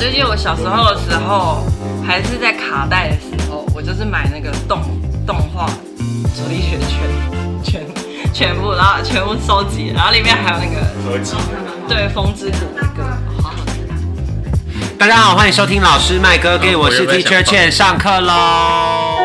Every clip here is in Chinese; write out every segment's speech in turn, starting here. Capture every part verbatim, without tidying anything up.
就记得我小时候的时候，还是在卡带的时候，我就是买那个动动画主题曲全全全部，然后全部收集，然后里面还有那个合集， 对，风之谷的歌，好好听。 大家好，欢迎收听老师麦哥给，我是 Teacher Chen， 上课喽。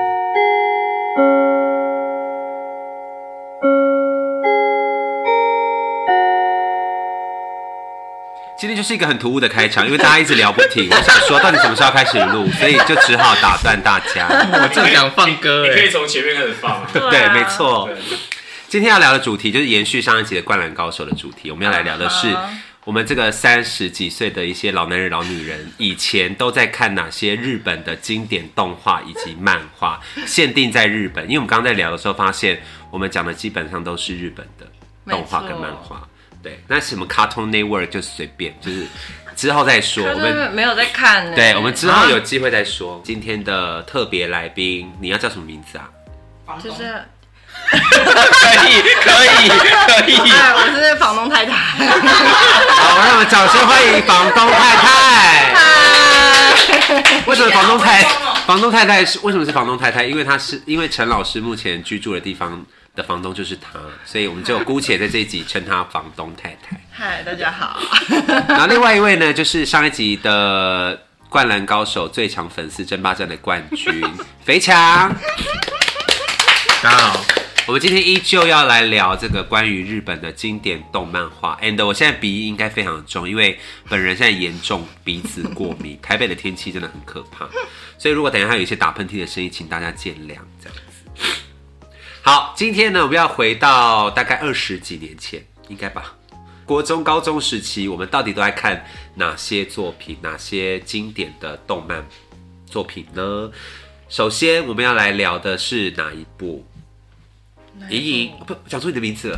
今天就是一个很突兀的开场，因为大家一直聊不停，我想说到底什么时候开始录，所以就只好打断大家。 我正想放歌， 你可以从前面开始放、啊。 对, 对，没错。今天要聊的主题就是延续上一集的《灌篮高手》的主题，我们要来聊的是我们这个三十几岁的一些老男人、老女人，以前都在看哪些日本的经典动画以及漫画，限定在日本。因为我们刚刚在聊的时候发现，我们讲的基本上都是日本的动画跟漫画。对，那什么 Cartoon Network 就随便，就是之后再说。我们没有在看呢。 对，我们之后有机会再说。今天的特别来宾，你要叫什么名字啊？ 就是。 可以，可以，可以。 哎，我是房东太太。 好，让我们掌声欢迎房东太太。嗨。为什么房东太房东太太是为什么是房东太太？因为她是因为陈老师目前居住的地方的房东就是他，所以我们就姑且在这一集称他房东太太。 嗨，大家好。 然后另外一位呢，就是上一集的《灌篮高手》最强粉丝争霸战的冠军肥强。 大家好， 我们今天依旧要来聊这个关于日本的经典动漫画。And 我现在鼻音应该非常重，因为本人现在严重鼻子过敏，台北的天气真的很可怕，所以如果等一下有一些打喷嚏的声音，请大家见谅，这样子。好，今天呢，我们要回到大概二十几年前，应该吧。国中、高中时期，我们到底都在看哪些作品，哪些经典的动漫作品呢？首先，我们要来聊的是哪一部？莹莹，不讲出你的名字了。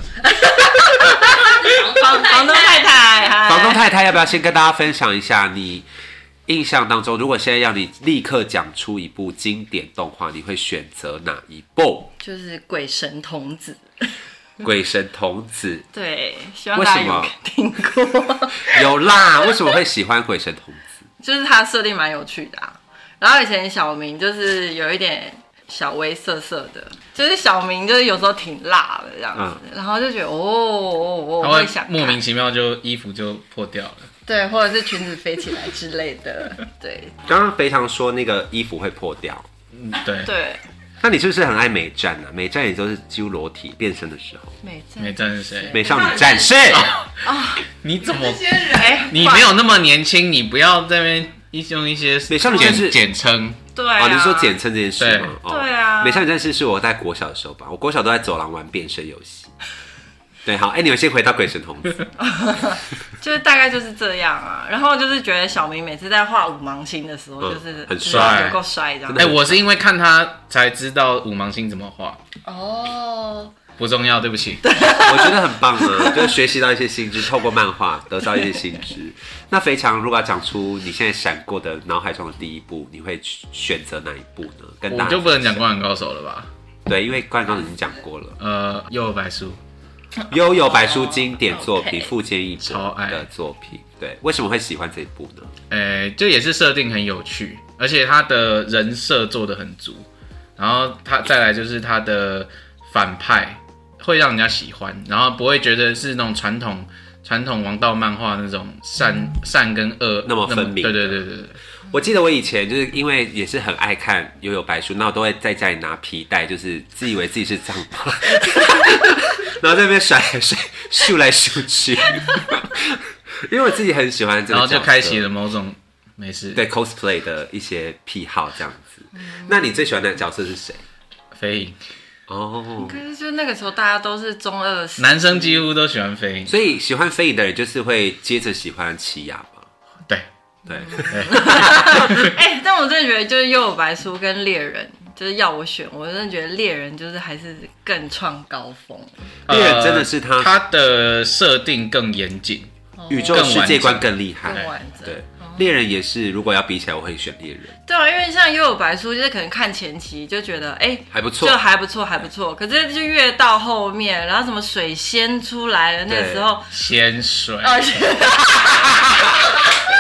房房东太太， 房东太太，要不要先跟大家分享一下你印象当中，如果现在要你立刻讲出一部经典动画，你会选择哪一部？ 就是《鬼神童子》。 鬼神童子， 对，希望大家有听过。 有啦，为什么会喜欢鬼神童子？ 就是它设定蛮有趣的啊。然后以前小明就是有一点小微涩涩的，就是小明就是有时候挺辣的这样子，嗯、然后就觉得哦哦哦， 他会想莫名其妙就衣服就破掉了， 对，或者是裙子飞起来之类的，对。 刚刚非常说那个衣服会破掉， 嗯，对对。 那你是不是很爱美战啊？美战也都是几乎裸体变身的时候。 美战， 美战是谁？ 美少女战士啊！ 你怎么？ 你没有那么年轻，你不要在那边用一些美少女战士简称。 对啊， 哦，你说简称这件事吗？ 对, 对啊， 美少女战士是我在国小的时候吧，我国小都在走廊玩变身游戏。对，好，哎、欸，你们先回到鬼神童子， 就是大概就是这样啊。然后就是觉得小明每次在画五芒星的时候，就是、 嗯、很帅， 够帅这样。 哎、欸，我是因为看他才知道五芒星怎么画。 哦， 不重要，对不起。 我觉得很棒啊，就是学习到一些新知，透过漫画得到一些新知。那肥强，如果要讲出你现在闪过的脑海中的第一部，你会选择哪一部呢？跟大家我就不能讲《灌篮高手》了吧？ 对，因为《灌篮高手》已经讲过了。 呃，幽游白书。 幽游白书经典作品，富坚义博的作品，对，为什么会喜欢这一部呢？ 呃，就也是设定很有趣，而且他的人设做得很足，然后他再来就是他的反派会让人家喜欢，然后不会觉得是那种传统传统王道漫画那种善善跟恶那么分明。 对对对对对。 我记得我以前就是因为也是很爱看幽游白书，那我都会在家里拿皮带，就是自以为自己是藏把，然后在那边甩来甩，咻来咻去，因为我自己很喜欢这个角色， 然后就开启了某种没事对 cosplay 的一些癖好这样子。嗯、那你最喜欢的角色是谁？ 飞影。 哦， 可是就那个时候大家都是中二， 男生几乎都喜欢飞影， 所以喜欢飞影的人就是会接着喜欢奇亚吧？ 对。 对， 哎、欸，但我真的觉得就是幽游白书跟猎人，就是要我选，我真的觉得猎人就是还是更创高峰。 猎人真的是他， 他的设定更严谨， 宇宙世界观更厉害， 更完整。 对，猎人也是，如果要比起来，我会选猎人。 对啊，因为像幽游白书，就是可能看前期就觉得，哎、欸， 还不错， 就还不错，还不错。可是就越到后面，然后什么水仙出来了，那个时候仙水。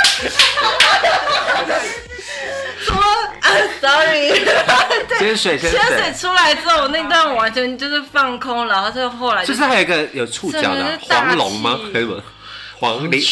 什么啊 ？Sorry， 仙水仙水仙水出来之后，那段完全就是放空，然后就后来就是还有一个有触角的、啊、黄龙吗？可以吗？黄鹂。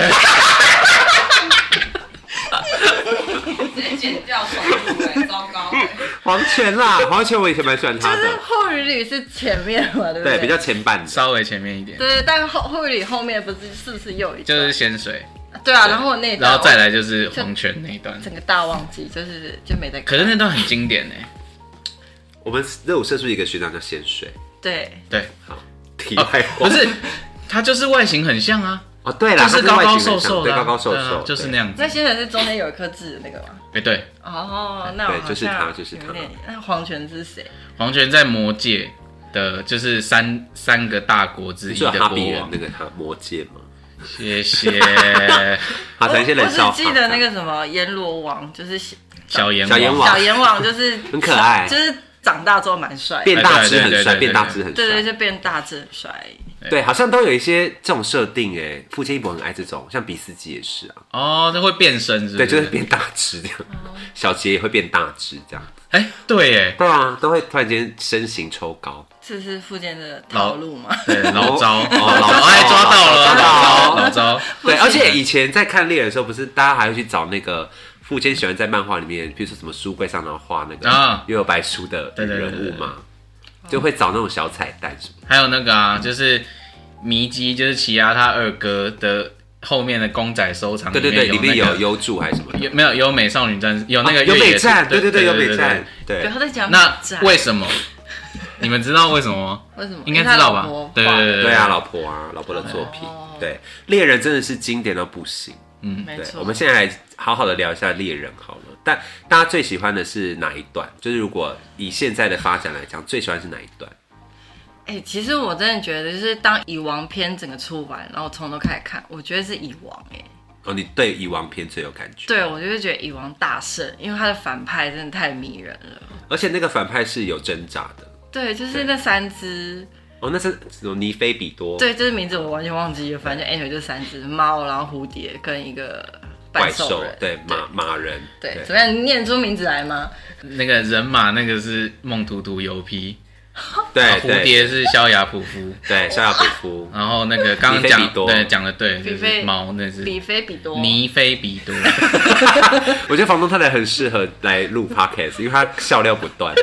直接剪掉重录哎，糟糕哎！ 黄泉啦，黄泉我以前蛮喜欢他的。 就是后语里是前面嘛，对不对？ 对，比较前半， 稍微前面一点。 对，但后后语里后面不是是不是又一段？ 就是仙水。 对啊，然后那一段， 然后再来就是黄泉那一段， 整个大忘记，就是就没在看。 可是那段很经典哎。 我们热舞社出一个学长叫仙水。 对对， 好，题外话、 哦、不是，他就是外形很像啊。 哦，对啦， 就是高高瘦瘦的、 对，高高瘦瘦， 就是那样子。 那仙水是中间有一颗痣的那个吗？ 哎、欸，对。 哦，那我对，就是他，就是他。 那黄泉是谁？ 黄泉在魔界的，就是三三个大国之一的国王。 哈比人那个他魔界吗？ 谢谢。 好，讲一些冷笑话。 我只记得那个什么阎罗王，就是小阎小阎王， 小阎王就是很可爱， 就是长大之后蛮帅， 变大只很帅，变大只很帅， 对对，就变大只很帅。 对，好像都有一些这种设定哎，富坚义博很爱这种，像比斯吉也是啊。 哦，那会变身是不是？ 对，就是变大只这样。小杰也会变大只这样。 哎、欸，对耶。 对啊，都会突然间身形抽高。 这是富坚的套路吗？ 对，老招，哦， 老招， 哎，抓到了，老招，老招。 对，而且以前在看猎人的时候，不是大家还会去找那个富坚喜欢在漫画里面，比如说什么书柜上然后画那个幽游白书的人物嘛，就会找那种小彩蛋什么。 还有那个啊，就是迷姬，就是奇亚他二哥的后面的公仔收藏， 对对对，里面有优助还是什么？ 有没有有美少女战士？有那个有美战，对对对，有美战。对， 他在讲那为什么？你们知道为什么吗？ 为什么？ 应该知道吧？对对对对啊，老婆啊，老婆的作品。对，猎人真的是经典到不行。 嗯，没错。 我们现在来好好的聊一下猎人好了。但大家最喜欢的是哪一段？就是如果以现在的发展来讲，最喜欢是哪一段？ 哎、欸，其实我真的觉得，就是当蚁王篇整个出完，然后从头开始看，我觉得是蚁王哎、欸。 哦，你对蚁王篇最有感觉？ 对，我就是觉得蚁王大胜，因为他的反派真的太迷人了。 而且那个反派是有挣扎的。 对，就是那三只。 哦，那是尼菲比多。 对，这是名字我完全忘记了，反正 anyway 就三只猫，然后蝴蝶跟一个怪兽，对马马人。 对，怎么样？你念出名字来吗？ 那个人马那个是梦图图油皮。 对， 蝴蝶是萧亚普夫， 对，萧亚普夫。 然后那个刚刚讲，对，讲的对，就是猫那是比菲比多， 尼菲比多。 我觉得房东太太很适合来录 podcast， 因为她笑料不断。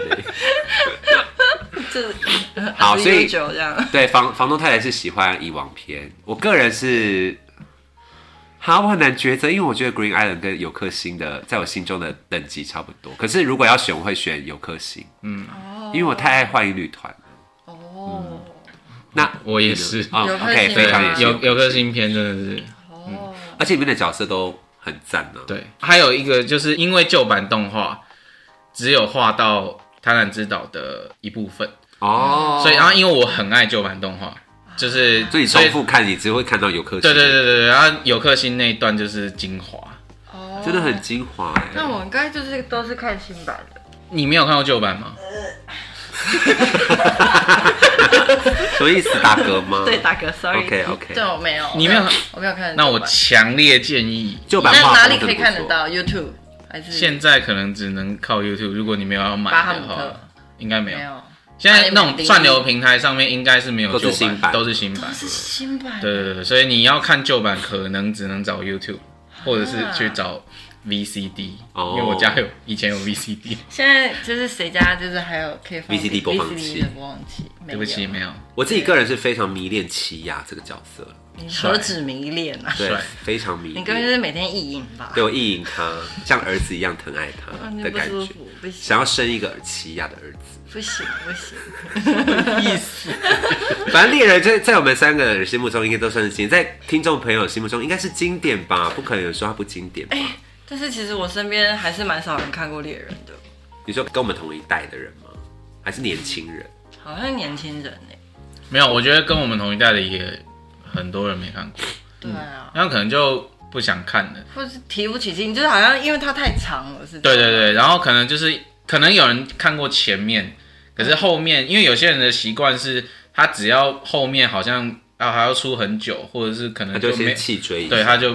这好，所以这样对房房东太太是喜欢蚁王篇，我个人是。好，我很难抉择，因为我觉得 Green Island 跟有颗星的，在我心中的等级差不多。可是如果要选，我会选有颗星，嗯，因为我太爱幻影旅团了。哦、嗯，那我也是。 哦 ，OK， 非常也是有有颗星篇真的是， 哦、嗯， 而且里面的角色都很赞呢、啊。 对，还有一个就是因为旧版动画只有画到贪婪之岛的一部分哦，所以然后因为我很爱旧版动画。就是， 所以重复看，你只会看到有颗星。 对对对对，然后有颗星那一段就是精华， 哦， 真的很精华哎。 那我应该就是都是看新版的。 你没有看过旧版吗？ 什么意思？大哥吗？ 对，大哥 ，sorry。 OK OK。 对，我没有。 你没有， 我没有看。 那我强烈建议旧版。 那哪里可以看得到 ？YouTube 还是？ 现在可能只能靠 YouTube， 如果你没有要买的话，应该没有。 没有。 现在那种串流平台上面应该是没有旧版， 都是新版， 都是新版。 对对对，所以你要看旧版，可能只能找 YouTube， 或者是去找 V C D，、哦、因为我家有以前有 V C D。 现在就是谁家就是还有可以放 V C D 播放器， 播放器。 对不起，没有。 我自己个人是非常迷恋奇亚这个角色。 你何止迷恋啊？ 对，非常迷恋。 你根本就是每天意淫吧？ 对，我意淫他，像儿子一样疼爱他的感觉，想要生一个奇亚的儿子。 不行不行， 意思。 反正猎人在在我们三个人心目中应该都算是经典，在听众朋友心目中应该是经典吧？不可能有人说他不经典吧？ 欸、但是其实我身边还是蛮少人看过猎人的。 你说跟我们同一代的人吗？还是年轻人？ 好像年轻人哎、欸。 没有，我觉得跟我们同一代的也很多人没看过。 对啊， 那、嗯、可能就不想看了， 或是提不起劲，就是好像因为它太长了，是。 对对对，然后可能就是可能有人看过前面。可是后面，因为有些人的习惯是，他只要后面好像啊还要出很久，或者是可能就先弃追一下， 对，他就不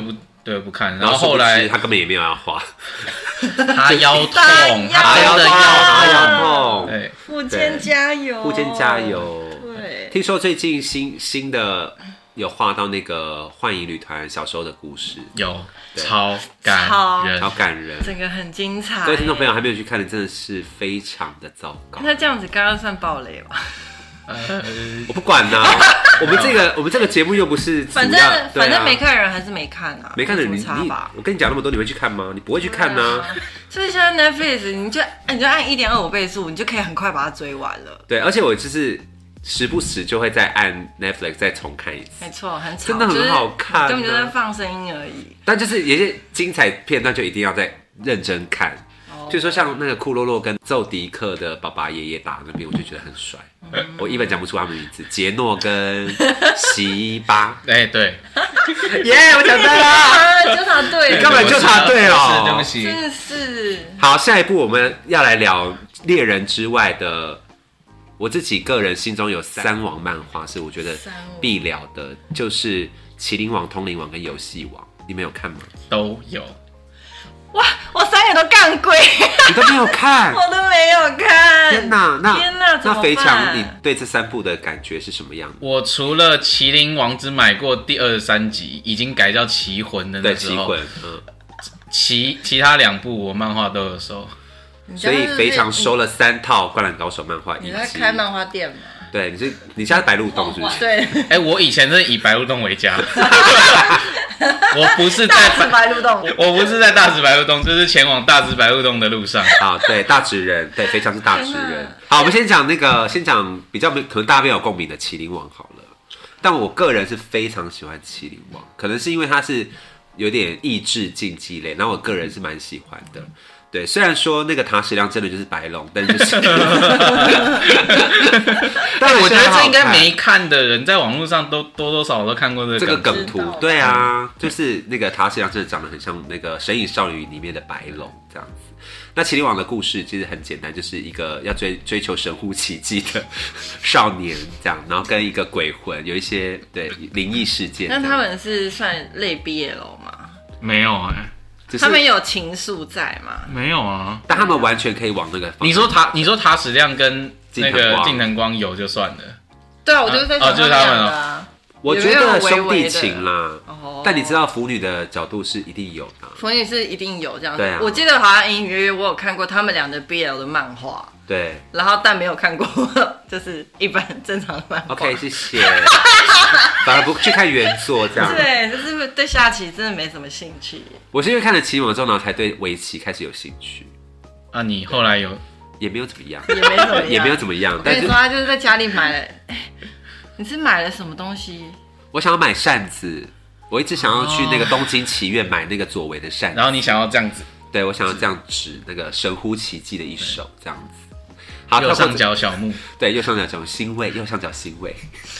对，不看。然然后后后来他根本也没有要画， 他腰痛， 他他真的腰痛他腰腰痛对， 富坚加油， 富坚加油。 对， 听说最近新新的有画到那个幻影旅团小时候的故事， 有对超感人， 超感人。 整个很精彩。 各位听众朋友还没有去看的，真的是非常的糟糕。 那这样子刚刚算暴雷吧？ 呃， 我不管啦、我们这个我们这个节目又不是主要反正、 对啊、 反正没看的人还是没看啊， 没看的人你你没什么差吧？ 我跟你讲那么多，你会去看吗？你不会去看呢、啊。 所以现在 Netflix 你就你就按一点二五倍速，你就可以很快把它追完了。 对，而且我就是时不时就会再按 Netflix 再重看一次。 没错，很吵， 真的很好看、啊， 根本就在放声音而已。 但就是有些精彩片段就一定要再认真看。 哦就说像那个库洛洛跟奏迪克的爸爸爷爷打那边，我就觉得很帅。 嗯、 我一本讲不出他们名字，杰诺跟席巴。 哎、欸，对， 耶， yeah, 我讲对了， 就答对了， 你根本就答对了， 对不起， 真的是。 好，下一步我们要来聊猎人之外的，我自己个人心中有三王漫画是我觉得必聊的，就是麒麟王、通灵王跟游戏王。你们有看吗？ 都有。 哇，我三个都干鬼， 你都没有看， 我都没有看。 天哪，那天哪， 那肥强，你对这三部的感觉是什么样的？ 我除了麒麟王只买过第二十三集，已经改叫奇魂的那时候， 对，奇魂，嗯， 其其他两部我漫画都有收， 所以肥强收了三套《灌篮高手》漫画。 你在开漫画店吗？ 对，你是你家是白鹿洞是不是？ 对， 哎、欸，我以前是以白鹿洞为家，我不是在大直白鹿洞， 我不是在大直白鹿洞，就是前往大直白鹿洞的路上。 啊，对，大直人，对，肥强是大直人。好，我们先讲那个，先讲比较没可能大家没有共鸣的麒麟王好了。但我个人是非常喜欢麒麟王，可能是因为它是有点益智竞技类，然后我个人是蛮喜欢的。对，虽然说那个塔矢亮真的就是白龙，但就是， 但我觉得这应该没看的人在网络上都多多少少都看过这个这个梗图。对啊，就是那个塔矢亮真的长得很像那个《神隐少女》里面的白龙这样子。那麒麟王的故事其实很简单，就是一个要追追求神乎其技的少年这样，然后跟一个鬼魂有一些对灵异事件。 那他们是算类 B L 吗？ 没有哎、欸。 他们有情愫在吗？ 没有啊， 但他们完全可以往那个方向。 你说塔，你说塔矢亮跟那个近藤光有就算了。 对啊，我就是在想他们两个啊。 我觉得兄弟情啦， 哦、 但你知道腐女的角度是一定有的。 腐女是一定有这样。 对啊。 我记得好像隐隐约约我有看过他们俩的 B L 的漫画。 对。 然后但没有看过，就是一般正常的漫画。 OK， 谢谢。反而不去看原作这样。 对，就是对下棋真的没什么兴趣。 我是因为看了棋魔之后，然后才对围棋开始有兴趣。 啊，你后来有也没有怎么样， 也没怎么样， 也没有怎么样。但是我跟你说，他就是在家里买了。你是买了什么东西？ 我想要买扇子，我一直想要去那个东京棋院买那个左为的扇子。 然后你想要这样子？ 对，我想要这样指那个神乎其技的一手这样子。好， 右上角小木， 对，右上角小木欣慰，右上角欣慰。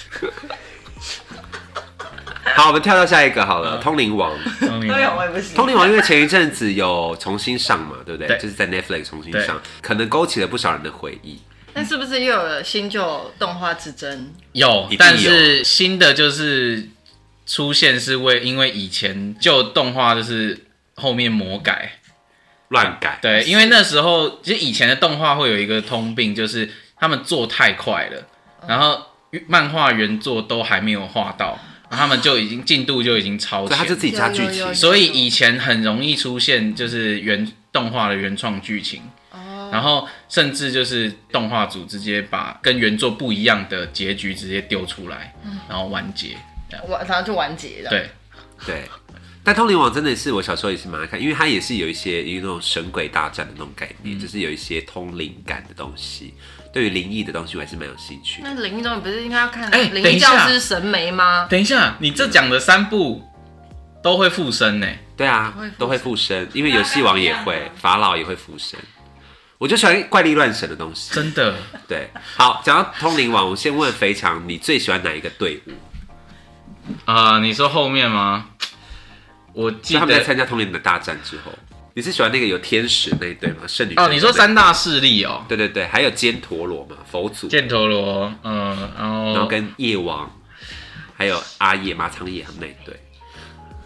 好，我们跳到下一个好了，《通灵王》。 通灵王我也不行。 通灵王因为前一阵子有重新上嘛，对不对？ 对， 就是在 Netflix 重新上，可能勾起了不少人的回忆。 那是不是又有了新旧动画之争？ 有，但是新的就是出现是为因为以前旧动画就是后面魔改。 乱改， 对，因为那时候其实以前的动画会有一个通病，就是他们做太快了，然后漫画原作都还没有画到，然后他们就已经进度就已经超前， 所以他就自己加剧情， 所以以前很容易出现就是原动画的原创剧情，然后甚至就是动画组直接把跟原作不一样的结局直接丢出来，然后完结， 完然后就完结了， 对对。但《通灵王》真的是我小时候也是蛮爱看，因为它也是有一些有那种神鬼大战的那种概念，嗯、就是有一些通灵感的东西。对于灵异的东西，我还是蛮有兴趣的。 那灵异东西不是应该要看《灵异教师神眉》吗？ 等一下，你这讲的三部都会附身呢？ 对啊，都会附身，因为游戏王也会，法老也会附身。我就喜欢怪力乱神的东西， 真的。 对，好，讲到《通灵王》，我先问肥强，你最喜欢哪一个队伍？ 啊、呃，你说后面吗？我记得他们在参加通灵的大战之后，你是喜欢那个有天使那一队吗？圣女哦，你说三大势力哦？ 对对对，还有犍陀罗嘛，佛祖。 犍陀罗，嗯，然后然后跟夜王，还有阿叶、麻仓叶他们那一队。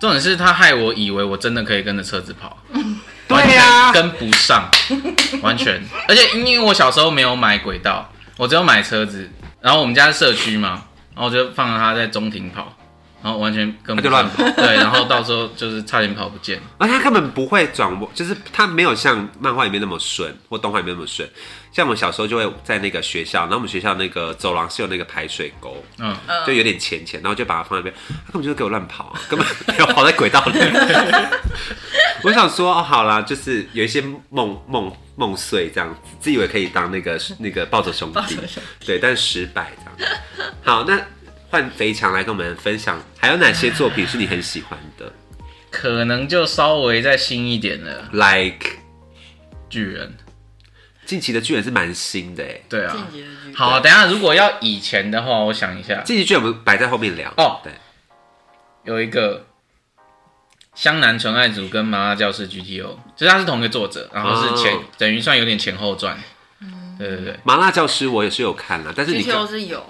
重点是他害我以为我真的可以跟着车子跑， 对呀、 跟不上，完全。而且因为我小时候没有买轨道，我只有买车子，然后我们家是社区嘛，然后我就放着他在中庭跑，然后完全跟不上， 他就乱跑对，然后到时候就是差点跑不见。 而且他根本不会转弯，就是他没有像漫画里面那么顺，或动画里面那么顺。像我们小时候就会在那个学校，然后我们学校那个走廊是有那个排水沟， 嗯， 就有点浅浅，然后就把它放在那边，他根本就是给我乱跑啊，根本没有跑在轨道里。我想说，哦，好啦，就是有一些梦梦梦碎这样子，自以为可以当那个那个暴走兄弟，对，但是失败这样。好，那换肥强来跟我们分享，还有哪些作品是你很喜欢的？ 可能就稍微再新一点的 ，like 巨人。 近期的巨人是蛮新的哎， 对啊。 进击的巨人好，等一下如果要以前的话，我想一下， 近期巨人我们摆在后面聊哦对， 有一个湘南纯爱组跟麻辣教师 G T O， 就是他是同一个作者，然后是前、 哦等于算有点前后传。对对对， 麻辣教师我也是有看啦，但是你 G T O 看是有，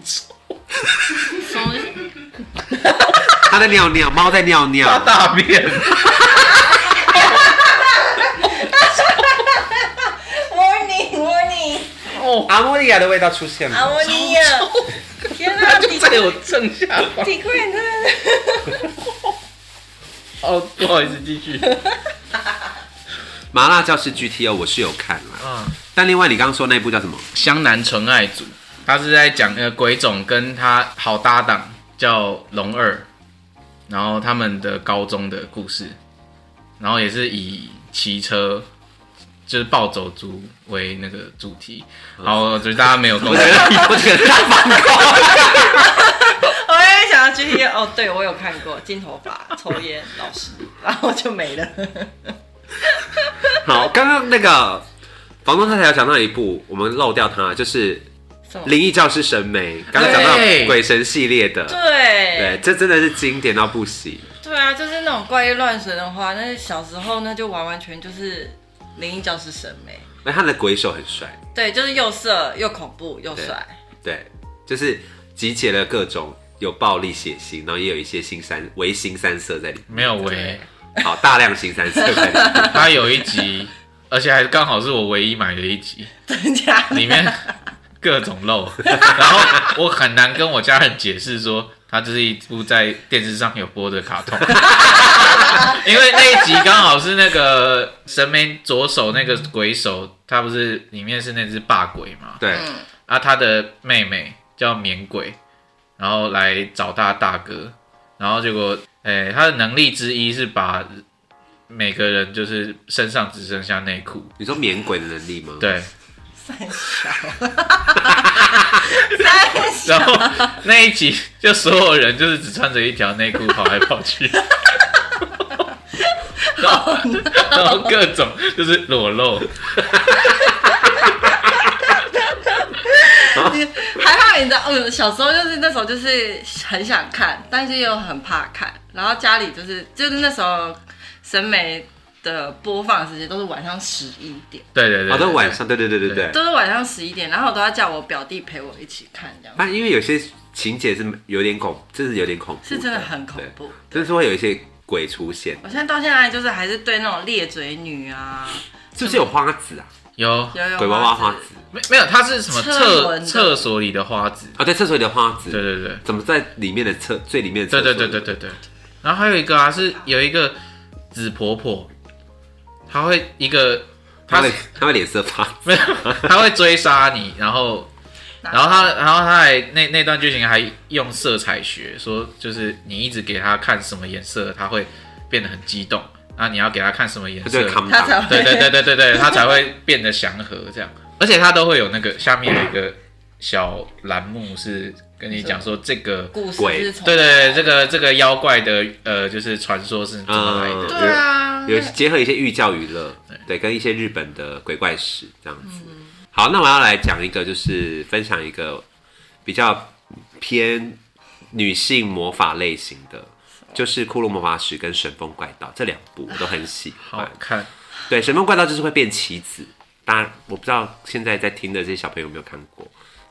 他在尿尿，猫在尿大尿， 大便。 Warning Warning， 哦， 阿莫利亚的味道出现阿了。 莫尼亚，天哪， 就在我正下方。 体会真的。 哦，不好意思，继续。 麻辣教师 G T O 我是有看啦， 嗯， 但另外你刚刚说那部叫什么？ 湘南纯爱组，他是在讲呃鬼冢跟他好搭档叫龙二，然后他们的高中的故事，然后也是以骑车就是暴走族为那个主题，然后我觉得大家没有共我鸣觉。得我觉得大反我也想到 G T O， 哦，对我有看过，金头发、抽烟、老师，然后就没了。 好，刚刚那个房东太太有讲到一部，我们漏掉它，就是什么 《灵异教师神眉》，刚刚讲到对鬼神系列的， 对对，这真的是经典到不行。 对啊，就是那种怪力乱神的话，那小时候那就完完全就是灵异教师审美。 那他的鬼手很帅， 对，就是又色又恐怖又帅。 对，就是集结了各种有暴力、血腥，然后也有一些新三唯新三色在里面。 没有喂， 好，大量新三色在里面。 他有一集，而且还刚好是我唯一买的一集， 真假的？ 里面各种肉，然后我很难跟我家人解释说，它这是一部在电视上有播的卡通，因为那一集刚好是那个神眉左手那个鬼手，他不是里面是那只霸鬼嘛， 对， 嗯， 啊，他的妹妹叫棉鬼，然后来找他大哥，然后结果，诶、他的能力之一是把每个人就是身上只剩下内裤， 你说免鬼的能力吗？， 对， 三小， 然后那一集就所有人就是只穿着一条内裤跑来跑去，然后然后各种就是裸露， 还好你知道，嗯，小时候就是那时候就是很想看，但是又很怕看，然后家里就是就是那时候审美的播放时间都是晚上十一点， 对对对好对的晚上，对对对对对。 都是晚上十一点，然后我都要叫我表弟陪我一起看，这样啊，因为有些情节是有点恐，真的有点恐怖， 是真的很恐怖。 对，真的是会有一些鬼出现。 我现在到现在就是还是对那种裂嘴女啊， 是不是有花子啊？ 有有有鬼娃娃花子没没有？它是什么车厕轮的厕所里的花子？ 啊？对，厕所里的花子。 对对对怎么在里面的厕最里面的厕对所？ 对对对对对。然后还有一个啊，是有一个紫婆婆，她会一个她他会他会脸色发没有，她会追杀你，然后然后她然后她还那那段剧情还用色彩学说，就是你一直给她看什么颜色，她会变得很激动。然后你要给她看什么颜色他就，会扛挡。 他才会对对对对对对，她才会变得祥和这样。而且她都会有那个下面有一个小栏目是跟你讲说这个， 故事鬼是从对对对，这个这个妖怪的呃就是传说是怎么来的。 嗯对啊， 有结合一些寓教于乐，对，跟一些日本的鬼怪史这样子。好，那我要来讲一个，就是分享一个比较偏女性魔法类型的，就是《骷髅魔法使》跟《神风怪盗》这两部我都很喜好欢。 看， 对，《神风怪盗》就是会变棋子，当然我不知道现在在听的这些小朋友有没有看过，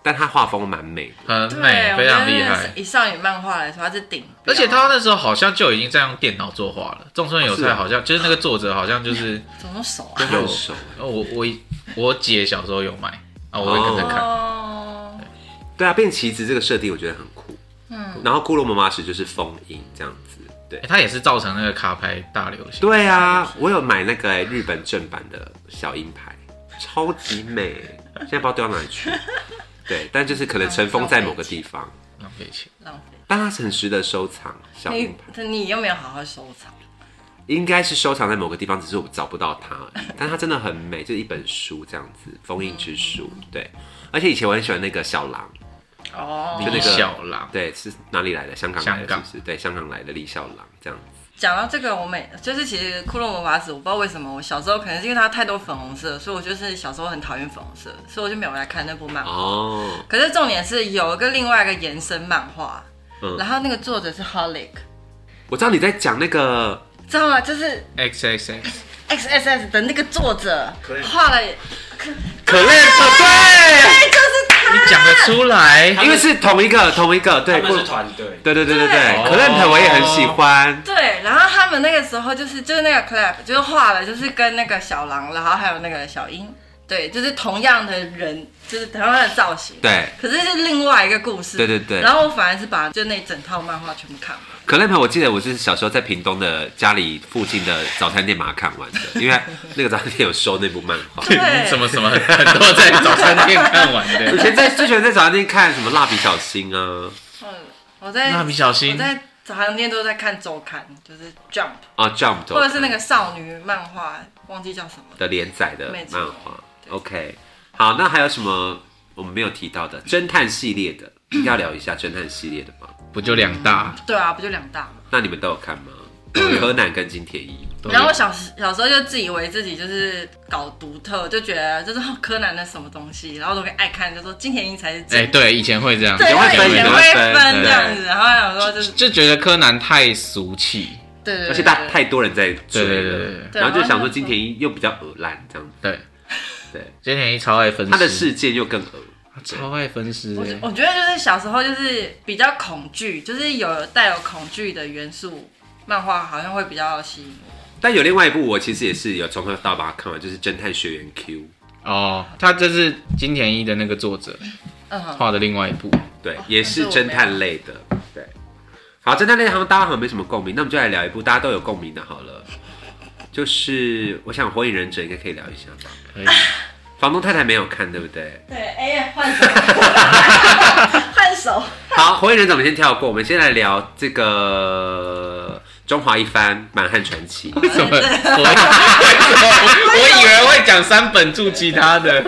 但他画风蛮美的， 很美，非常厉害。 以少女漫画来说，它是顶标。 而且他那时候好像就已经在用电脑作画了。仲村有菜好像就是那个作者，好像就是怎么熟啊？ 就很熟。 我我我姐小时候有买啊，我会跟着看。 哦， 对啊，变棋子这个设定我觉得很酷。嗯，然后骷髅魔法使就是封印这样子。对， 欸、它也是造成那个卡牌大流行。 对啊，我有买那个、欸、日本正版的小鹰牌，超级美，现在不知道丢到哪里去。对，但就是可能尘封在某个地方， 浪费钱， 浪费。 但它很值得收藏小鹰牌。 你又没有好好收藏， 应该是收藏在某个地方，只是我找不到它而已。但它真的很美，就是一本书这样子，封印之书。对，而且以前我很喜欢那个小狼。 哦， 就那个小狼， 对，是哪里来的？香港来的， 香港是不是？对，香港来的李小狼这样子。 讲到这个，我每就是其实骷髅魔法使，我不知道为什么，我小时候可能是因为它太多粉红色，所以我就是小时候很讨厌粉红色，所以我就没有来看那部漫画。 哦。 可是重点是有一个另外一个延伸漫画， 嗯、 然后那个作者是 Holic， 我知道你在讲那个， 知道吗？就是 X X X X S S 的那个作者画了可可乐，对， 就是他， 你讲得出来， 因为是同一个同一个，对， 他们是团队， 对对对对对， 哦可乐我也很喜欢。 对，然后他们那个时候就是就是那个 Clap 就是画了，就是跟那个小狼，然后还有那个小樱，对，就是同样的人，就是同样的造型， 对， 可是是另外一个故事， 对对对。 然后我反而是把就那整套漫画全部看完。 可乐我记得我是小时候在屏东的家里附近的早餐店把它看完的，因为那个早餐店有收那部漫画。 对， 什么什么很多在早餐店看完的。 以前在最喜欢在早餐店看什么蜡笔小新啊， 嗯，我在蜡笔小新我在早餐店都在看周刊，就是 Jump 啊 Jump， 或者是那个少女漫画，忘记叫什么的连载的没错漫画。OK， 好，那还有什么我们没有提到的侦探系列的？应该要聊一下侦探系列的吗？ 不就两大？ 对啊，不就两大吗？ 那你们都有看吗？柯南跟金田一。 然后我小小时候就自以为自己就是搞独特，就觉得就是柯南的什么东西，然后都爱看，就说金田一才是真。 哎、欸，对，以前会这样， 对， 以前会分以前会分这样对子，然后想说就是就觉得柯南太俗气， 对对对， 而且大太多人在追对对对了， 对对然后就想说金田一又比较恶烂这样子， 对对， 金田一超爱分尸， 他的事件又更恶。 超爱分尸、 我欸。 我觉得就是小时候就是比较恐惧，就是有带有恐惧的元素，漫画好像会比较吸引我。 但有另外一部我其实也是有从头到尾把它看完，就是《侦探学园 Q》。 哦，他这是金田一的那个作者嗯， 画的另外一部， 对，也是侦探类的。对，好，侦探类好像大家好像没什么共鸣，那我们就来聊一部大家都有共鸣的好了，就是我想《火影忍者》应该可以聊一下吧。 可以。 房东太太没有看，对不对？ 对，哎呀，换手，换手。 好，《火影忍者》我们先跳过，我们先来聊这个《中华一番满汉传奇》。 为什么？我我以为会讲三本助其他的。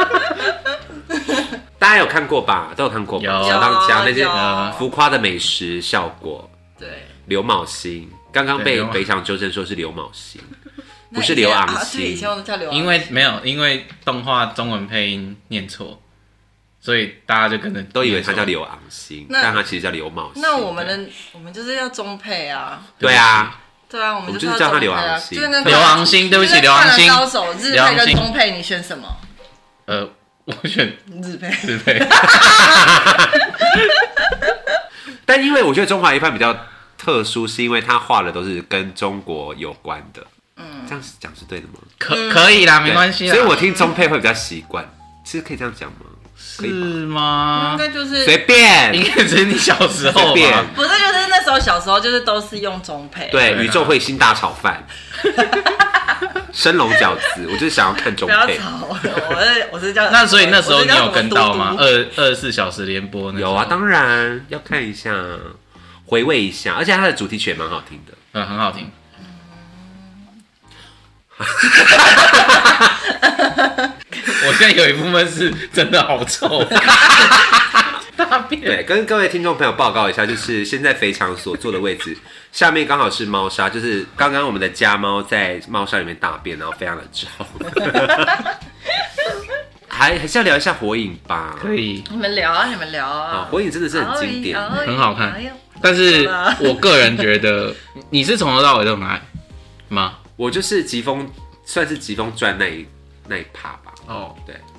大家有看过吧？都有看过吧？ 有小当家那些有浮夸的美食效果。 对， 刘昴星刚刚被对刘北厂纠正说是刘昴星，不是刘昂啊对，以星前。我都叫刘昂星， 因为没有，因为动画中文配音念错，所以大家就跟着都以为他叫刘昂星， 那但他其实叫刘昴星。 那我们的我们就是要中配啊。 对啊， 对啊，我们我们就是就是叫他刘要中配啊， 昂星就跟刘昂星，对不起， 就是刘昂星灌篮高手日配跟中配，你选什么？ 呃，我选日配。 日配。 但因为我觉得中华一番比较特殊，是因为他画的都是跟中国有关的。嗯，这样讲是对的吗？ 可可以啦，没对关系啦。 所以我听中配会比较习惯，是可以这样讲吗？可以是吗？ 吗？ 应该就是随便， 应该只是你小时候随便吧。 不是就是那时候小时候就是都是用中配。 对， 对啊宇宙彗星大炒饭，生龙饺子，我就是想要看中配。 不要吵，我是我是叫。 那所以那时候你有我是叫什么跟到吗？ 嘟嘟二二十四小时连播那时候有啊，当然要看一下，回味一下，而且它的主题曲也蛮好听的。 嗯，很好听。我现在有一部分是真的好臭，大便。 对，跟各位听众朋友报告一下，就是现在肥肠所坐的位置下面刚好是猫砂，就是刚刚我们的家猫在猫砂里面大便，然后非常的臭。还还是要聊一下火影吧。 可以， 你们聊啊，你们聊啊啊，， 火影真的是很经典。 哎呦很好看哎呦但是好啦我个人觉得，你是从头到尾都很爱吗？ 我就是疾风，算是疾风传那一那一趴吧。 哦， 对，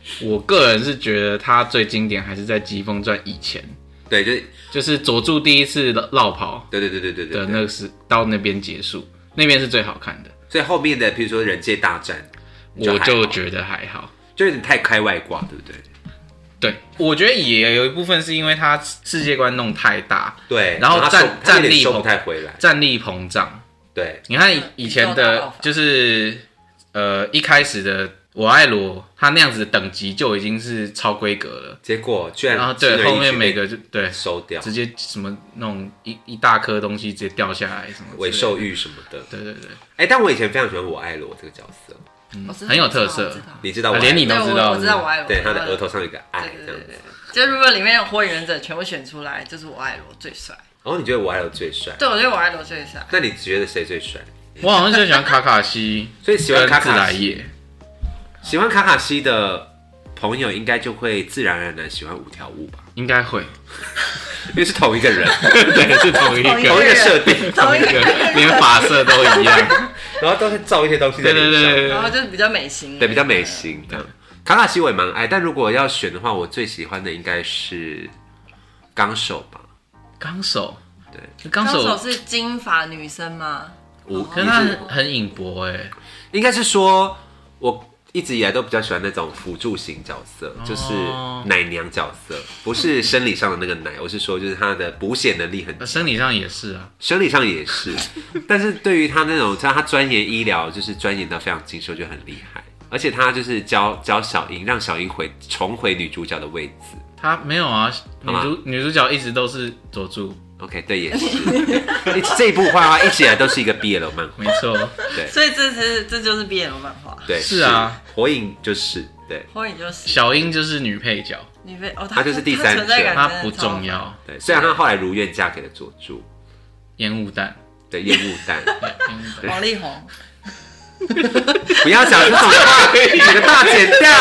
我个人是觉得他最经典还是在《疾风传》以前， 对，就是就是佐助第一次绕跑对对对对对对的那个是到那边结束，那边是最好看的。 所以后面的，譬如说人界大战， 我就觉得还好， 就有点太开外挂，对不对？ 对，我觉得也有一部分是因为他世界观弄太大， 对， 然后战战力收不太回来， 战力膨胀。 对， 你看以前的，就是呃一开始的我爱罗，他那样子的等级就已经是超规格了， 结果居然然后对后面每个就对收掉， 直接什么那种一一大颗东西直接掉下来什么尾兽玉什么的， 对对对。 哎、欸，但我以前非常喜欢我爱罗这个角色。 嗯、很有特色， 你知道我、啊， 连你都知道， 我知道我爱罗， 对，他的额头上有一个爱，这样子。 就如果里面有火影忍者全部选出来，就是我爱罗最帅。 哦，你觉得我爱罗最帅？ 对，我觉得我爱罗最帅。 那你觉得谁最帅？ 我好像最喜欢卡卡西， 所以喜欢卡卡西。 喜欢卡卡西的朋友，应该就会自然而然喜欢五条悟吧？ 应该会， 因为是同一个人， 对，是同一个同一个设定， 同一个，连发色都一样。 然后都是造一些东西在脸上， 对对对， 然后就是比较美型， 对，比较美型的。卡卡西我也蛮爱，但如果要选的话，我最喜欢的应该是纲手吧。 纲手， 对， 纲手是金发女生吗？ 我可是她很隐薄哎、欸， 应该是说我一直以来都比较喜欢那种辅助型角色，哦、就是奶娘角色，不是生理上的那个奶，我是说就是她的补血能力很强， 生理上也是啊， 生理上也是，但是对于她那种，像她钻研医疗，就是钻研到非常精深，就很厉害。而且她就是教教小樱，让小樱回重回女主角的位置。 她没有啊，女主女主角一直都是佐助。 OK， 对，也是。这一部画画一直以来都是一个 B L 漫画， 没错。 对， 所以这是这就是 B L 漫画。 对， 是啊， 火影就是对， 火影就是小樱就是女配角， 女配哦， 她就是第三者， 她不重要。 对，虽然她后来如愿嫁给了佐助， 烟雾弹， 对，烟雾弹， 王力宏。 不要讲这种话，整个大剪掉。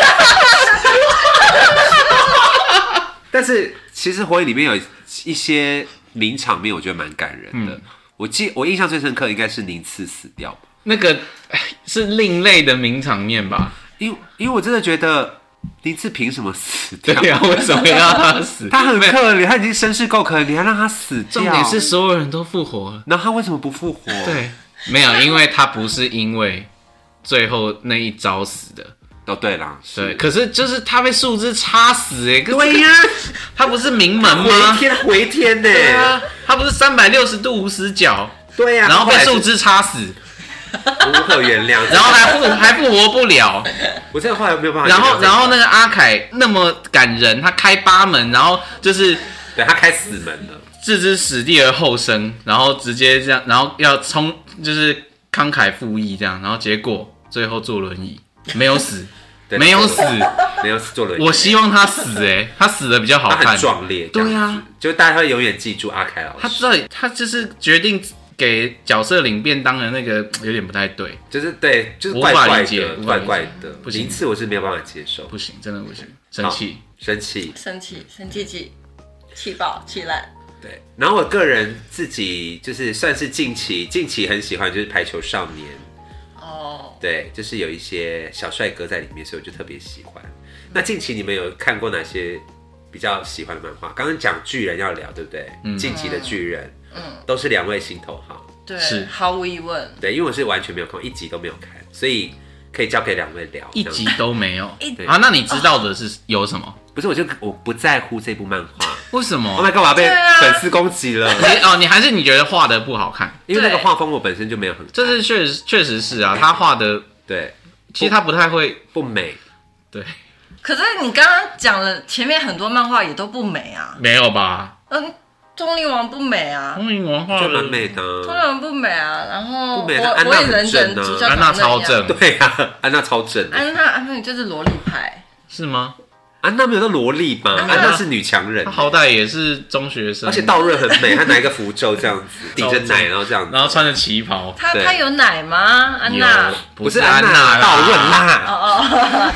但是其实火影里面有一些名场面，我觉得蛮感人的。嗯、我记我印象最深刻应该是宁次死掉吧， 那个是另类的名场面吧？ 因为因为我真的觉得宁次凭什么死掉？ 对啊，为什么要让他死？ 他很可怜，他已经身世够可怜，你还让他死掉？ 重点是所有人都复活了， 然后他为什么不复活？ 对，没有，因为他不是因为最后那一招死的。 哦，对啦， 对，可是就是他被树枝插死哎、欸， 对呀、啊， 他不是名门吗？ 回天回天呢、欸， 对啊，他不是三百六十度无死角， 对呀、啊， 然后被树枝插死， 无可原谅， 然后还复还复活不了， 我这个后来没有办法。 然后然后那个阿凯那么感人，他开八门，然后就是对他开死门了， 置之死地而后生，然后直接这样，然后要冲就是慷慨赴义这样，然后结果最后坐轮椅。没有死，没有死， 没有死，坐轮椅。 我希望他死哎、欸，他死的比较好看， 他很壮烈。 对啊， 就大家会永远记住阿凯老师。 他知道，他就是决定给角色领便当的那个有点不太对， 就是对，就是怪怪的，怪怪的。 不行， 名次我是没有办法接受， 不行，真的不行，生气， 生气， 生气，生气气，气爆，气烂。 对，然后我个人自己就是算是近期近期很喜欢就是排球少年。 哦， 对，就是有一些小帅哥在里面，所以我就特别喜欢。那近期你们有看过哪些比较喜欢的漫画？刚刚讲巨人要聊，对不对？嗯、近期的巨人，嗯，都是两位心头好， 对，是毫无疑问。 对，因为我是完全没有看，一集都没有看，所以可以交给两位聊。 一集都没有啊？那你知道的是有什么？ 不是，我就我不在乎这部漫画。 为什么 ？Oh my god！ 我要被粉丝攻击了。 你哦，你还是你觉得画的不好看？ 因为那个画风我本身就没有很， 这是确实确实是啊，他画的对， 其实他不太会不美， 对。 可是你刚刚讲了前面很多漫画也都不美啊？ 没有吧？ 嗯，通灵王不美啊， 通灵王画就蛮美的， 通灵王不美啊，然后不美的安娜很正啊， 安娜超正， 对啊，安娜超正， 安娜安娜就是萝莉派， 是吗？ 安娜没有到萝莉吧？安娜是女强人， 她好歹也是中学生， 而且道润很美，她拿一个符咒这样子，顶着奶，然后这样子， 然后穿着旗袍。 她她有奶吗？安娜不是安娜，道润啦。 哦哦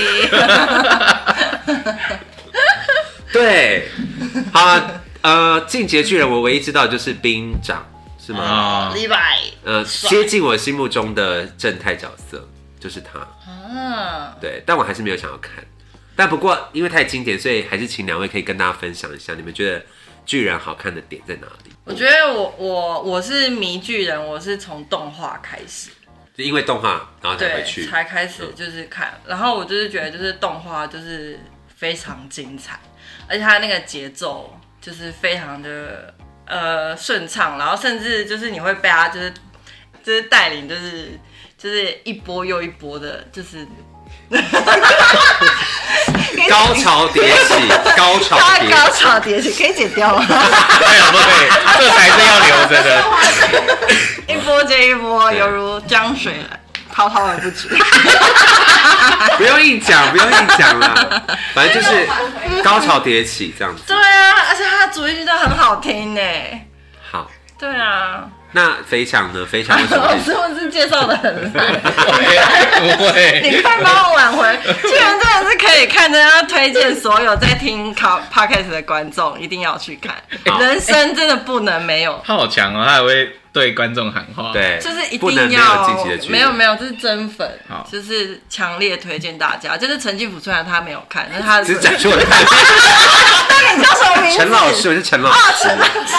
，sorry。 对，好，呃，进阶巨人我唯一知道就是兵长，是吗？ 李白， 呃，接近我心目中的正太角色。 就是他啊， 对，但我还是没有想要看。但不过因为太经典，所以还是请两位可以跟大家分享一下，你们觉得巨人好看的点在哪里？ 我觉得我我我是迷巨人，我是从动画开始， 就因为动画，然后才对回去， 才开始就是看，嗯、然后我就是觉得就是动画就是非常精彩，而且它那个节奏就是非常的呃顺畅，然后甚至就是你会被它就是就是带领就是就是一波又一波的，就是。 高潮迭起，高潮迭起， 高潮迭起，可以剪掉吗？ 可以不可以？这才是要留着的。 一波接一波，犹如江水滔滔而不止。 不用硬讲，不用硬讲啦，反正就是高潮迭起这样子。 对啊，而且他的主题曲都很好听呢。 好。 对啊。 那肥强呢？肥强为什么？ 我是不是介绍的很烂？ 不会， 你快帮我挽回！居然真的是可以看，真的要推荐所有在听 podcast 的观众一定要去看，人生真的不能没有。 他好强哦，他还会对观众喊话。 对， 就是一不能定要没有晋级的剧， 没有没有，这是真粉好， 就是强烈推荐大家。就是陈继福虽然他没有看，但是他只是讲出我的看法。那你叫什么名字？ 陈老师，我是陈老师。 哦，陈老师。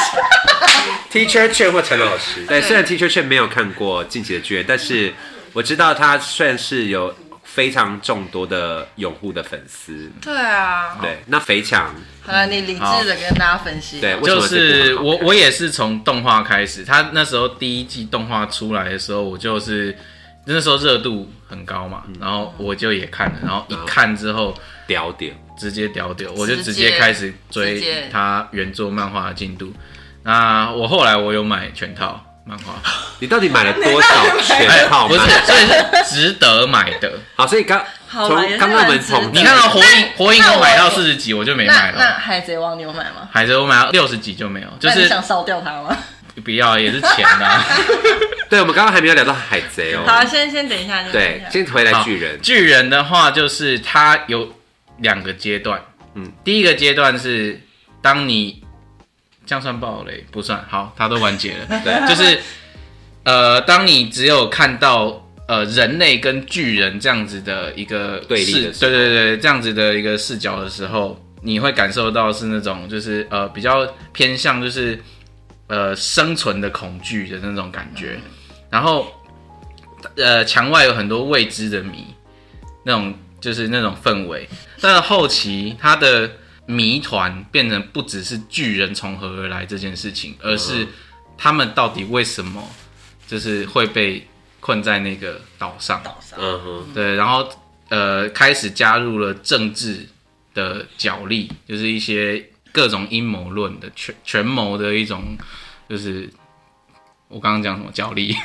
Teacher Chen 或陈老师，对，虽然 Teacher Chen 没有看过《晋级的巨人》，但是我知道他算是有非常众多的拥护的粉丝。 对啊， 对，那肥强， 好了，你理智的跟大家分析。 对， 就是我我也是从动画开始，他那时候第一季动画出来的时候，我就是那时候热度很高嘛，然后我就也看了，然后一看之后屌屌， 直接屌屌，我就直接开始追他原作漫画的进度。那我后来我有买全套漫画， 你到底买了多少全套？ 不是，所以是值得买的。 好，所以刚从刚刚我们从你看到火影火影我买到四十集我就没买了。 那海贼王你有买吗？ 海贼王买到六十集就没有，就是你想烧掉它吗？ 不要，也是钱的、啊。 对，我们刚刚还没有聊到海贼哦。 好，先先等一下。 对，先回来巨人。 巨人的话，就是它有两个阶段。嗯，第一个阶段是当你这样算暴雷不算，好，它都完结了。对，就是呃，当你只有看到呃人类跟巨人这样子的一个对立的， 对对对，这样子的一个视角的时候，你会感受到是那种就是呃比较偏向就是呃生存的恐惧的那种感觉，然后呃墙外有很多未知的谜，那种就是那种氛围。但后期它的谜团变成不只是巨人从何而来这件事情，而是他们到底为什么就是会被困在那个岛上。 岛上， 嗯哼， 对，然后呃开始加入了政治的角力，就是一些各种阴谋论的权权谋的一种，就是我刚刚讲什么角力，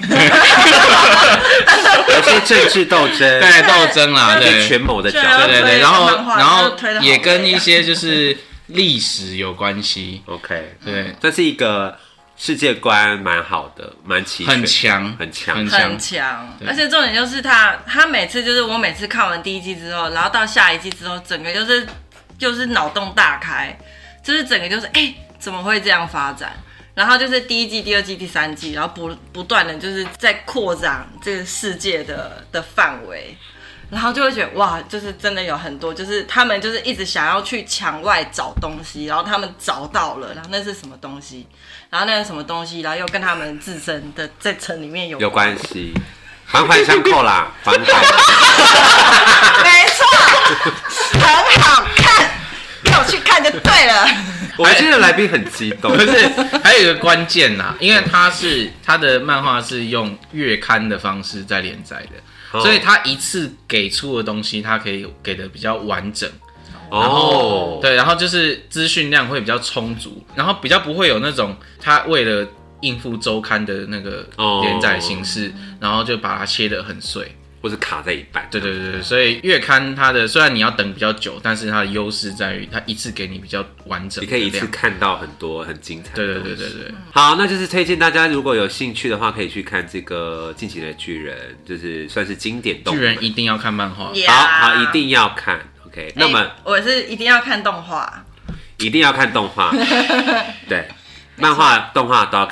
有些政治斗争， 对斗争啦，对权谋的角力，对对对，然后然后也跟一些些就是历史有关系。 OK， 对， 这是一个世界观蛮好的，蛮齐全， 很强， 很强， 很很强。而且重点就是他，他每次就是我每次看完第一季之后，然后到下一季之后，整个就是就是脑洞大开，就是整个就是哎、欸，怎么会这样发展？然后就是第一季、第二季、第三季，然后不不断的就是在扩展这个世界的的范围，然后就会觉得哇，就是真的有很多，就是他们就是一直想要去墙外找东西，然后他们找到了，然后那是什么东西？然后那是什么东西？然后又跟他们自身的在城里面有有关系，环环相扣啦，环环。 没错，很好看，要去看就对了。 我们今天的来宾很激动， 不是，还有一个关键呐，因为他是他的漫画是用月刊的方式在连载的，哦、所以他一次给出的东西，他可以给的比较完整。然后、哦、对，然后就是资讯量会比较充足，然后比较不会有那种他为了应付周刊的那个连载形式，哦、然后就把它切得很碎。 或是卡在一半， 对对对，所以月刊它的虽然你要等比较久，但是它的优势在于它一次给你比较完整的， 你可以一次看到很多很精彩的。 对对对对对。 好，那就是推荐大家如果有兴趣的话，可以去看这个《进击的巨人》，就是算是经典动漫。 巨人一定要看漫画， yeah. 好好一定要看。OK， 那么、欸、 我是一定要看动画， 一定要看动画，对，漫画、动画都要看。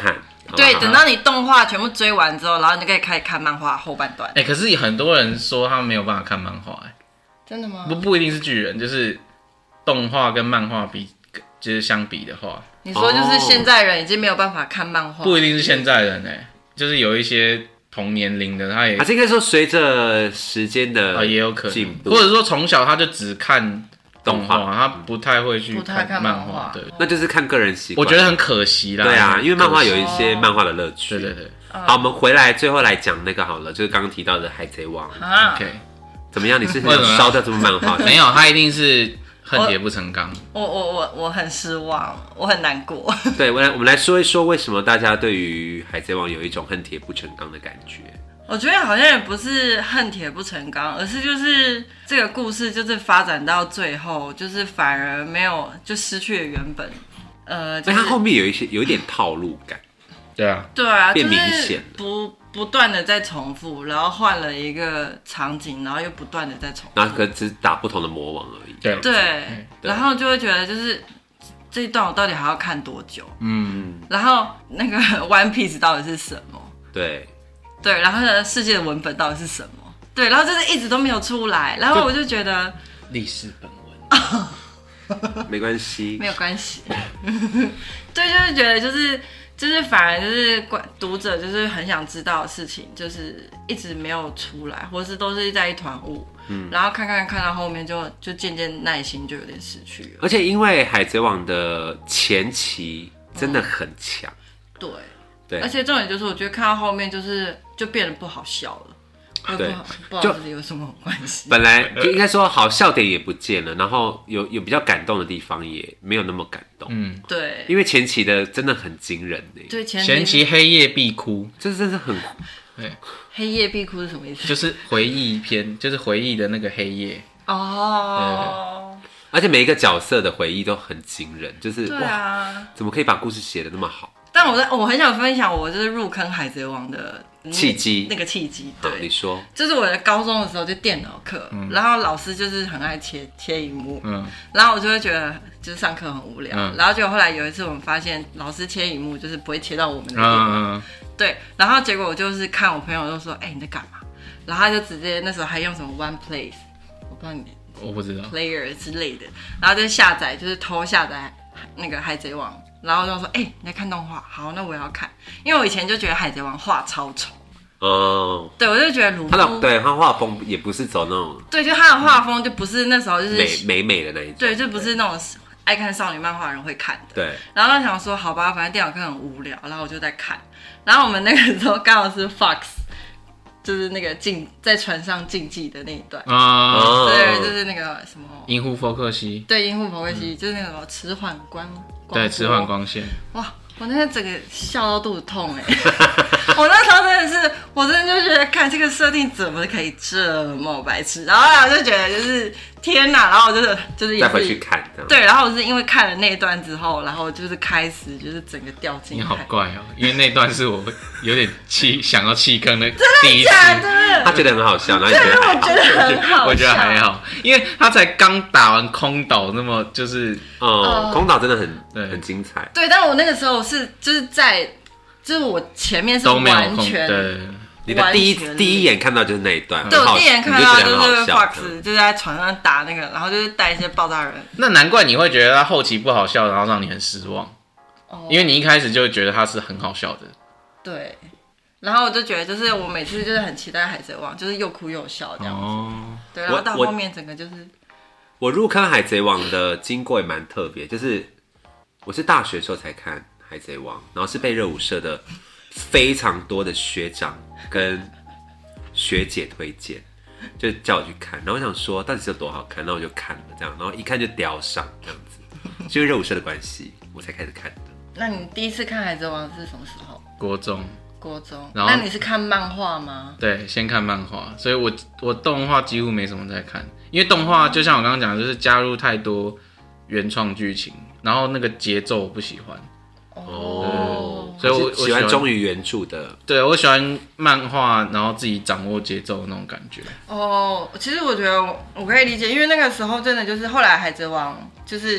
对， 好吧等到你动画全部追完之后，然后你就可以开始看漫画后半段。 哎、可是很多人说他们没有办法看漫画、哎， 真的吗？ 不不一定是巨人，就是动画跟漫画比，就是相比的话， 你说就是现在人已经没有办法看漫画， 不一定是现在人哎、就是有一些同年龄的，他也还是应该说随着时间的啊也有可能， 进步， 或者说从小他就只看动画， 动画他不太会去不太看漫漫画对， 那就是看个人习惯。 我觉得很可惜啦。 对啊，因为漫画有一可惜些漫画的乐趣。 对对对好，我们回来最后来讲那个好了，就是刚刚提到的《海贼王》 啊。 ，OK， 怎么样？你是为什么想烧掉这部漫画？ 没有，他一定是恨铁不成钢。 我我我我很失望，我很难过。 对，我来我们来说一说为什么大家对于《海贼王》有一种恨铁不成钢的感觉。 我觉得好像也不是恨铁不成钢，而是就是这个故事就是发展到最后，就是反而没有就失去了原本，呃，就是但它后面有一些有一点套路感。 对啊， 对啊， 变明就是显了不不断的在重复，然后换了一个场景，然后又不断的在重复， 然后可只打不同的魔王而已。 对对， 对然后就会觉得就是这一段我到底还要看多久？ 嗯， 然后那个 One Piece 到底是什么？ 对， 对，然后呢，世界的文本到底是什么？对，然后就是一直都没有出来，然后我就觉得历史本文。 没关系没。有关系。对，就是觉得就是就是反而就是观读者就是很想知道的事情，就是一直没有出来，或是都是在一团雾。嗯，然后看看看到后面就就渐渐耐心就有点失去了。 而且因为《海贼王》的前期真的很强， 对， 对而且重点就是我觉得看到后面就是就变得不好笑了。我也对不好不知道这有什么关系。 本来就应该说好笑点也不见了，然后有有比较感动的地方也没有那么感动， 嗯， 对， 因为前期的真的很惊人呢， 对前前期黑夜必哭， 这真是很黑夜必哭是什么意思？ 就是回忆篇，就是回忆的那个黑夜。 哦， 而且每一个角色的回忆都很惊人，就是对哇， 啊。 怎么可以把故事写得那么好？ 但我在我很想分享我就是入坑海贼王的那契机那个契机， 好，你对， 说， 就是我的高中的时候就电脑课，然后老师就是很爱切切荧幕， 嗯， 然后我就会觉得就是上课很无聊， 嗯然后结果后来有一次我们发现老师切荧幕就是不会切到我们的电脑， 嗯， 对，然后结果我就是看我朋友就说，哎、你在干嘛？然后他就直接那时候还用什么 One Place，我不知道你我不知道。 Player 之类的，然后就下载，就是偷下载那个海贼王，然后就说，哎、你在看动画？好，那我也要看，因为我以前就觉得海贼王画超丑， 哦， 对我就觉得鲁他的夫， 对他画风也不是走那种对，就他的画风就不是那时候就是美美美的那一种， 对，就不是那种爱看少女漫画的人会看的。 对， 然后就想说，好吧，反正电脑课很无聊，然后我就在看。然后我们那个时候刚好是 Fox，就是那个竞在船上竞技的那一段， 啊， 哦对，就是那个什么， 银湖佛克西， 对，樱户佛克西，就是那个什么迟缓光，光对， 波迟缓光线。 哇，我那个整个笑到肚子痛哎、我那时候真的是，我真的就觉得看这个设定怎么可以这么白痴，然后后来我就觉得就是天哪，然后我就是就是也再回去是看这样。 对，然后我是因为看了那一段之后，然后就是开始就是整个掉进你海， 好怪哦，因为那段是我有点弃想要弃坑的第一次， 假的， 他觉得很好笑，然后你觉得还好我觉得很好笑， 我觉得还好，因为他才刚打完空岛，那么就是哦，空岛真的很对很精彩， 对，但我那个时候是就是在就是我前面是都没有空， 完全对， 你的第一完全第一眼看到就是那一段， 对很好我第一眼看你就到就是觉得很好笑 Fox 就是在船上打那个，然后就是带一些爆炸人， 那难怪你会觉得他后期不好笑，然后让你很失望， 哦因为你一开始就觉得他是很好笑的。 对，然后我就觉得就是我每次就是很期待海贼王，就是又哭又笑这样子， 哦， 对，然后到我后面整个就是我入坑海贼王的经过也蛮特别，就是我是大学的时候才看海贼王，然后是被热舞社的非常多的学长跟学姐推荐，就叫我去看，然后我想说到底是有多好看，然后我就看了这样，然后一看就叼上这样子，是因为热舞社的关系我才开始看的。 那你第一次看海贼王是什么时候？ 国中， 国中。 然后那你是看漫画吗？ 对，先看漫画，所以我我动画几乎没什么在看，因为动画就像我刚刚讲的，就是加入太多原创剧情，然后那个节奏我不喜欢， 哦， 所以我我喜欢忠于原著的。 对我喜欢漫画，然后自己掌握节奏的那种感觉。 哦，其实我觉得我我可以理解，因为那个时候真的就是后来海贼王就是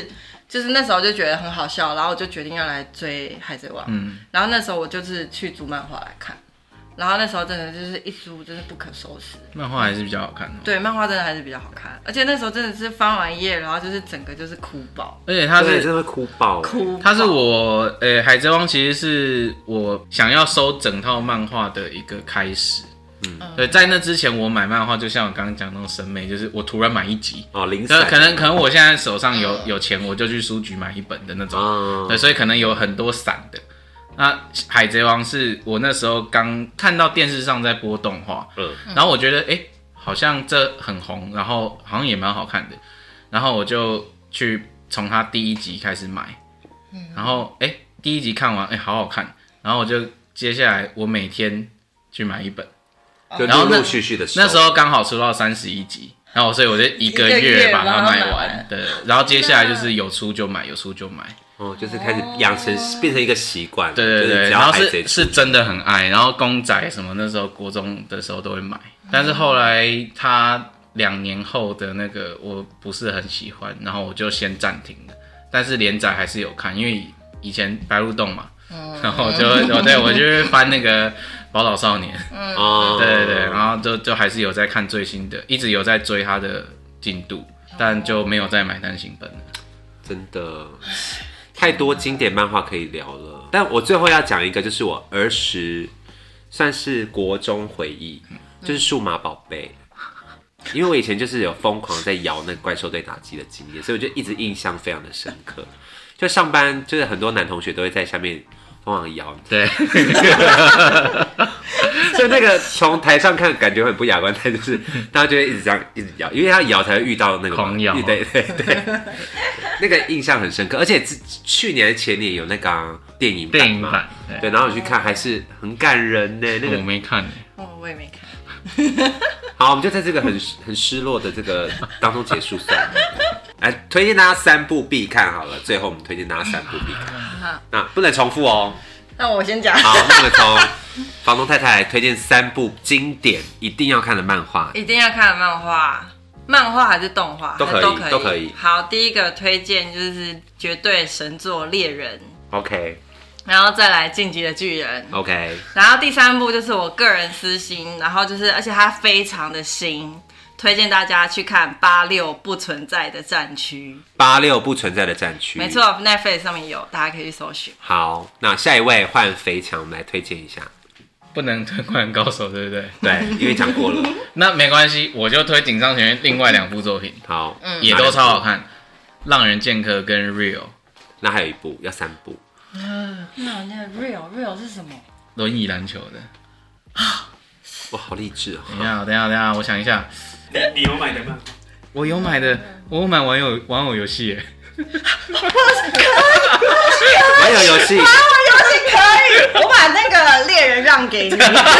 就是那时候就觉得很好笑，然后我就决定要来追《海贼王》。嗯，然后那时候我就是去租漫画来看，然后那时候真的就是一租真是不可收拾。 漫画还是比较好看的。 对，漫画真的还是比较好看，而且那时候真的是翻完一页，然后就是整个就是哭爆。 而且它是真的会哭爆， 哭爆。 它是我呃，海贼王其实是我想要收整套漫画的一个开始。嗯，对，在那之前我买漫画，就像我刚刚讲那种审美，就是我突然买一集哦，零散， 可能可能我现在手上有有钱，我就去书局买一本的那种，哦、对，所以可能有很多散的。那海贼王是我那时候刚看到电视上在播动画，嗯，然后我觉得哎、欸，好像这很红，然后好像也蛮好看的，然后我就去从它第一集开始买，嗯，然后哎、欸，第一集看完，哎、欸，好好看，然后我就接下来我每天去买一本。 就陆陆续续的那时候刚好出到三十一集，然后所以我就一个月把它买完，对，然后接下来就是有出就买，有出就买， 哦，就是开始养成变成一个习惯， 对对对，然后是是真的很爱，然后公仔什么那时候国中的时候都会买，但是后来他两年后的那个我不是很喜欢，然后我就先暂停了，但是连载还是有看，因为以前白鹿洞嘛，然后我就我对我就会翻那个。宝岛少年，嗯，对对对，然后就就还是有在看最新的，一直有在追他的进度，但就没有再买单行本了。 真的，太多经典漫画可以聊了。但我最后要讲一个，就是我儿时算是国中回忆，就是数码宝贝。因为我以前就是有疯狂在摇那个怪兽对打机的经验，所以我就一直印象非常的深刻。就上班，就是很多男同学都会在下面。疯狂摇， 对， 所以那个从台上看感觉很不雅观，但就是大家就会一直这样一直摇，因为他摇才会遇到那个狂摇， 对对对，那个印象很深刻。而且去年前年有那个、啊、电影版嘛， 电影版对, 对，然后我去看还是很感人呢。那个我没看， 哦，我也没看。 好，我们就在这个很很失落的这个当中结束算了。来推荐大家三部必看好了，最后我们推荐大家三部必看，那不能重复哦。 那我先讲。 好，那么从房东太太推荐三部经典一定要看的漫画， 一定要看的漫画，漫画还是动画都可以， 都可以， 都可以。 好，第一个推荐就是绝对神作《猎人》 ，OK。 然后再来《进击的巨人》 ，OK。 然后第三部就是我个人私心，然后就是而且它非常的新。推荐大家去看八六不存在的战区。 八六不存在的战区， 没错 ，Netflix 上面有，大家可以去搜寻。 好，那下一位换肥强来推荐一下。 不能推《灌篮高手》，对不对？ 对，因为讲过了。 那没关系，我就推井上雄彦另外两部作品。 好， 嗯，也都超好看，《浪人剑客》跟《Real》。 那还有一部，要三部。 嗯，那那 Real Real 是什么？ 轮椅篮球的。 哇，好励志哦！ 等一下，等一下，等一下，我想一下。 你有买的吗？ 我有买的，我有买玩偶玩偶游戏耶。 玩偶游戏， 玩偶游戏可以。我把那个猎人让给你，我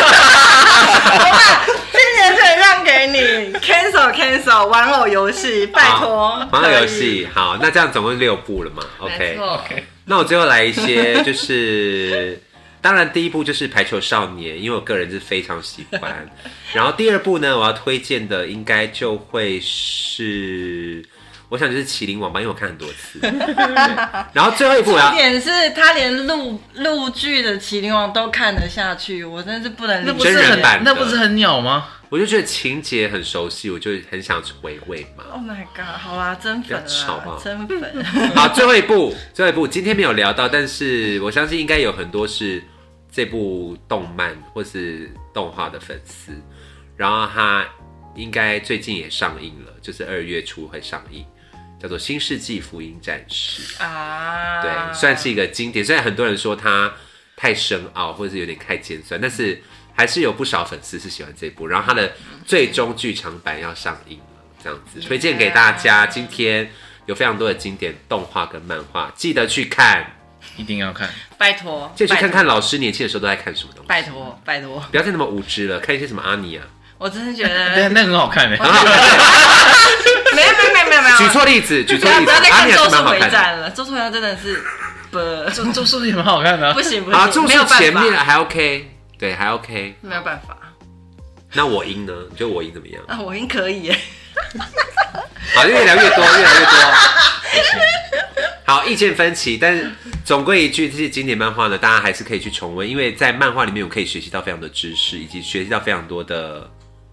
把今年这让给你 ，cancel cancel 玩偶游戏，拜托。 玩偶游戏，好，那这样总共六部了嘛 ？OK OK。那我最后来一些，就是当然第一部就是《排球少年》，因为我个人是非常喜欢。然后第二部呢，我要推荐的应该就会是，我想就是《麒麟王》吧，因为我看很多次。然后最后一部我要， 重点是他连陆陆剧的《麒麟王》都看得下去，我真是不能理解。 真人版那不是很鸟吗？ 我就觉得情节很熟悉，我就很想回味嘛。 Oh my god！ 好啦，真粉啦，真粉。 好，最后一部，最后一部，今天没有聊到，但是我相信应该有很多是这部动漫或是动画的粉丝。然后它应该最近也上映了，就是二月初会上映，叫做《新世纪福音战士》啊。对，算是一个经典。虽然很多人说它太深奥，或者是有点太尖酸，但是还是有不少粉丝是喜欢这部。然后它的最终剧场版要上映了，这样子推荐给大家。今天有非常多的经典动画跟漫画，记得去看， 一定要看， 拜托。 记得去看看老师年轻的时候都在看什么东西。 拜托，拜托， 不要再那么无知了，看一些什么阿尼啊。 我真的觉得， 对，那很好看的， 很好看。 没有没有没有没有没有。 举错例子，举错例子。 不要再看《咒术回战》 了，《咒术回战》真的是不， 咒咒术也蛮好看的。 不行不行， 啊，咒术前面还 OK， 对，还 OK， 没有办法。 那我赢呢？你觉得我赢怎么样？ 啊，我赢可以耶。 好，越聊越多，越来越多。 好，意见分歧，但是总归一句，这些经典漫画呢，大家还是可以去重温，因为在漫画里面我可以学习到非常的知识，以及学习到非常多的。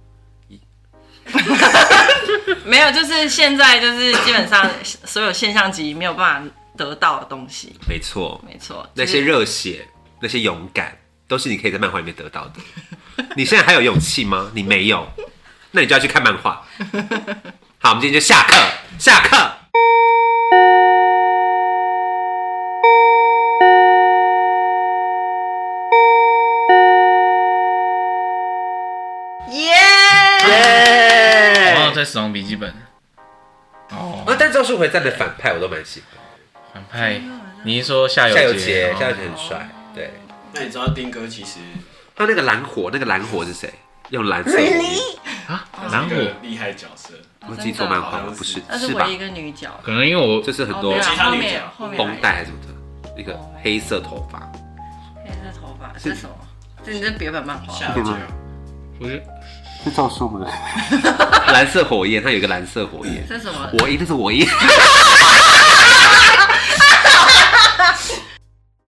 没有，就是现在就是基本上所有现象级没有办法得到的东西。 没错， 没错， 那些热血、那些勇敢，都是你可以在漫画里面得到的。你现在还有勇气吗？你没有，那你就要去看漫画。好，我们今天就下课，下课。 耶！ 耶！ 然后在死亡笔记本。哦， 啊，但赵树回站的反派我都蛮喜欢。 反派，你是说夏油夏油杰？ 杰， 哦夏油杰很帅，对。 那你知道丁哥其实他那个蓝火，那个蓝火是谁？用蓝色火焰。 啊， 他蓝火是一个厉害角色， 我自己做漫画吗？不是，是吧那是唯一？一个女角。 可能因为我就是很多哦对啊其他后面女角后面绷带还是什么的，一个黑色头发。 黑色头发是什么？这你这别本漫画。 夏油杰啊， 不是是赵树吗？蓝色火焰，它有一个蓝色火焰。 这是什么？ 我一定是我一。